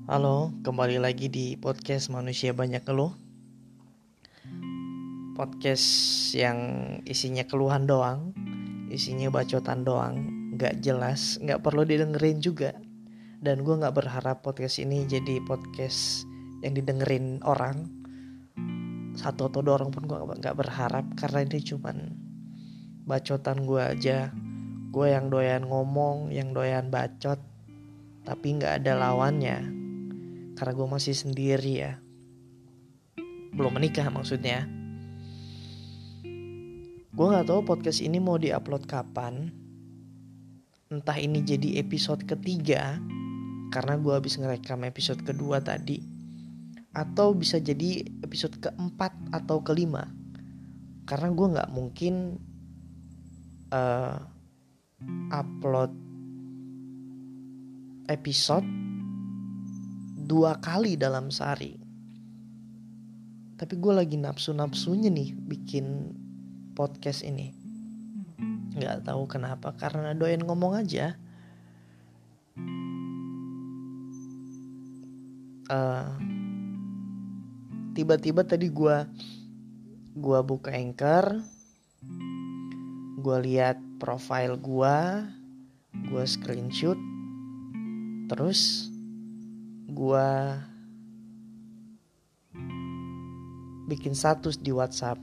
Halo, kembali lagi di podcast Manusia Banyak Keluh. Podcast yang isinya keluhan doang, isinya bacotan doang, gak jelas, gak perlu didengerin juga. Dan gue gak berharap podcast ini jadi podcast yang didengerin orang. Satu atau dua orang pun gue gak berharap, karena ini cuman bacotan gue aja. Gue yang doyan ngomong, yang doyan bacot, tapi gak ada lawannya. Karena gue masih sendiri ya. Belum menikah maksudnya. Gue gak tahu podcast ini mau diupload kapan. Entah ini jadi episode ketiga, karena gue habis ngerekam episode kedua tadi, atau bisa jadi episode keempat atau kelima. Karena gue gak mungkin upload episode 2 kali dalam sehari. Tapi gue lagi nafsu-nafsunya nih bikin podcast ini. Gak tahu kenapa, karena doyan ngomong aja. Tiba-tiba tadi gue buka Anchor, gue lihat profile gue screenshot, terus gue bikin status di WhatsApp.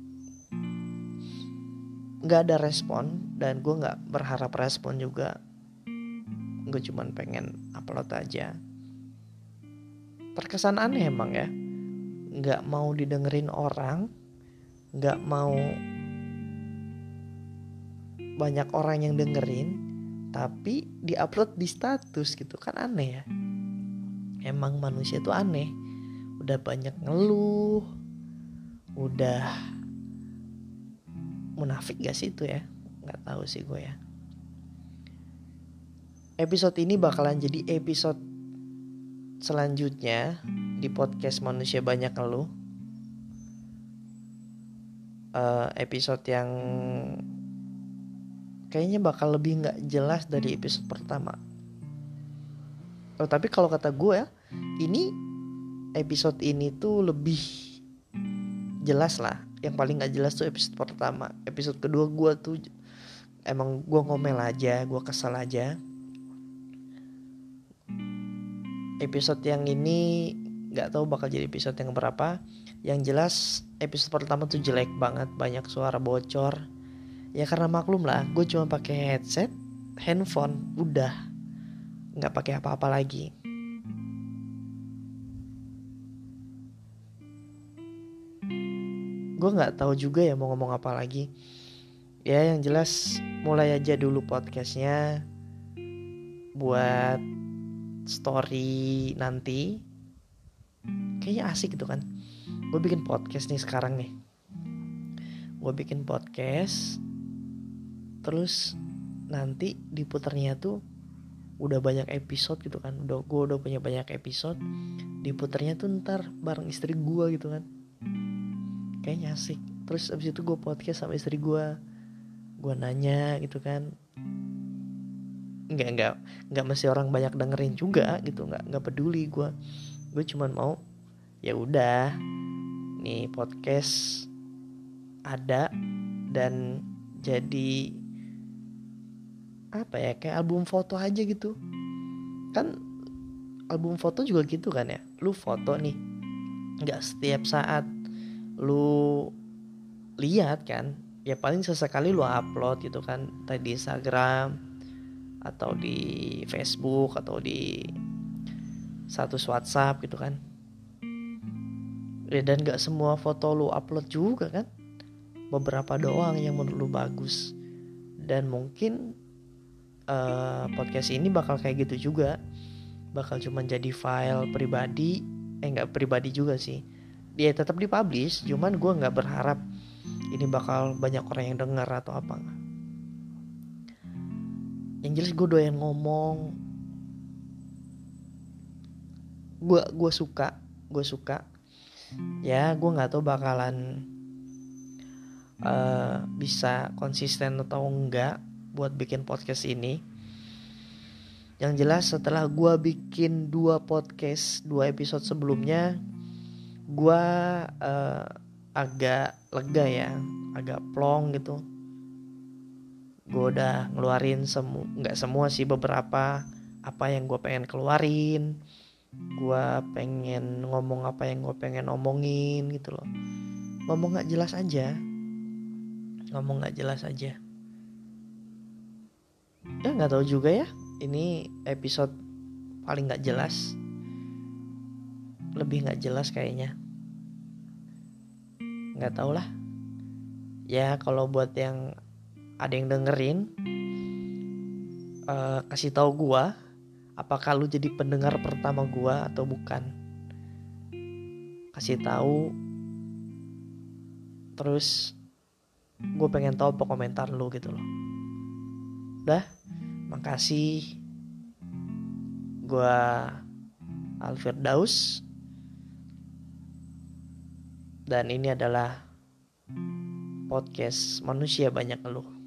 Gak ada respon, dan gue gak berharap respon juga. Gue cuman pengen upload aja. Terkesan aneh emang ya, gak mau didengerin orang, gak mau banyak orang yang dengerin, tapi diupload di status gitu kan aneh ya. Emang manusia tuh aneh. Udah banyak ngeluh, udah munafik gak sih itu ya? Gak tahu sih gue ya. Episode ini bakalan jadi episode selanjutnya di podcast Manusia Banyak Keluh. Episode yang kayaknya bakal lebih gak jelas dari episode pertama. Tapi kalau kata gue ya, ini episode ini tuh lebih jelas lah. Yang paling gak jelas tuh episode pertama. Episode kedua gue tuh emang gue ngomel aja, gue kesel aja. Episode yang ini gak tahu bakal jadi episode yang berapa. Yang jelas episode pertama tuh jelek banget, banyak suara bocor. Ya karena maklum lah, gue cuma pakai headset, handphone, udah, nggak pakai apa-apa lagi. Gue nggak tahu juga ya mau ngomong apa lagi. Ya yang jelas mulai aja dulu podcastnya buat story nanti. Kayaknya asik gitu kan. Gue bikin podcast nih sekarang nih. Gue bikin podcast, terus nanti diputarnya tuh udah banyak episode gitu kan. Gue udah punya banyak episode, diputarnya tuh ntar bareng istri gue gitu kan. Kayaknya asik. Terus abis itu gue podcast sama istri gue nanya gitu kan. Nggak mesti orang banyak dengerin juga gitu, nggak peduli gue cuman mau ya udah nih podcast ada dan jadi apa ya, kayak album foto aja gitu kan. Album foto juga gitu kan ya, lu foto nih, nggak setiap saat lu lihat kan, ya paling sesekali lu upload gitu kan, entah di Instagram atau di Facebook atau di status WhatsApp gitu kan. Ya, dan gak semua foto lu upload juga kan, beberapa doang yang menurut lu bagus. Dan mungkin podcast ini bakal kayak gitu juga, bakal cuma jadi file pribadi. Gak pribadi juga sih, dia tetap dipublish, cuman gue gak berharap ini bakal banyak orang yang dengar atau apa. Yang jelas gue doyan ngomong. Gue suka. Ya gue nggak tahu bakalan bisa konsisten atau enggak buat bikin podcast ini. Yang jelas setelah gue bikin 2 episode sebelumnya, gue agak lega ya, agak plong gitu. Gue udah ngeluarin nggak semua sih, beberapa apa yang gue pengen keluarin. Gue pengen ngomong apa yang gue pengen omongin gitu loh. Ngomong nggak jelas aja. Ya nggak tahu juga ya. Ini episode paling nggak jelas, lebih nggak jelas kayaknya. Nggak tahu lah. Ya kalau buat yang ada yang dengerin, kasih tahu gua apakah lu jadi pendengar pertama gua atau bukan. Kasih tahu. Terus gue pengen tahu apa komentar lu gitu loh. Udah, makasih. Gua Alfirdaus, dan ini adalah podcast Manusia Banyak Ngeluh.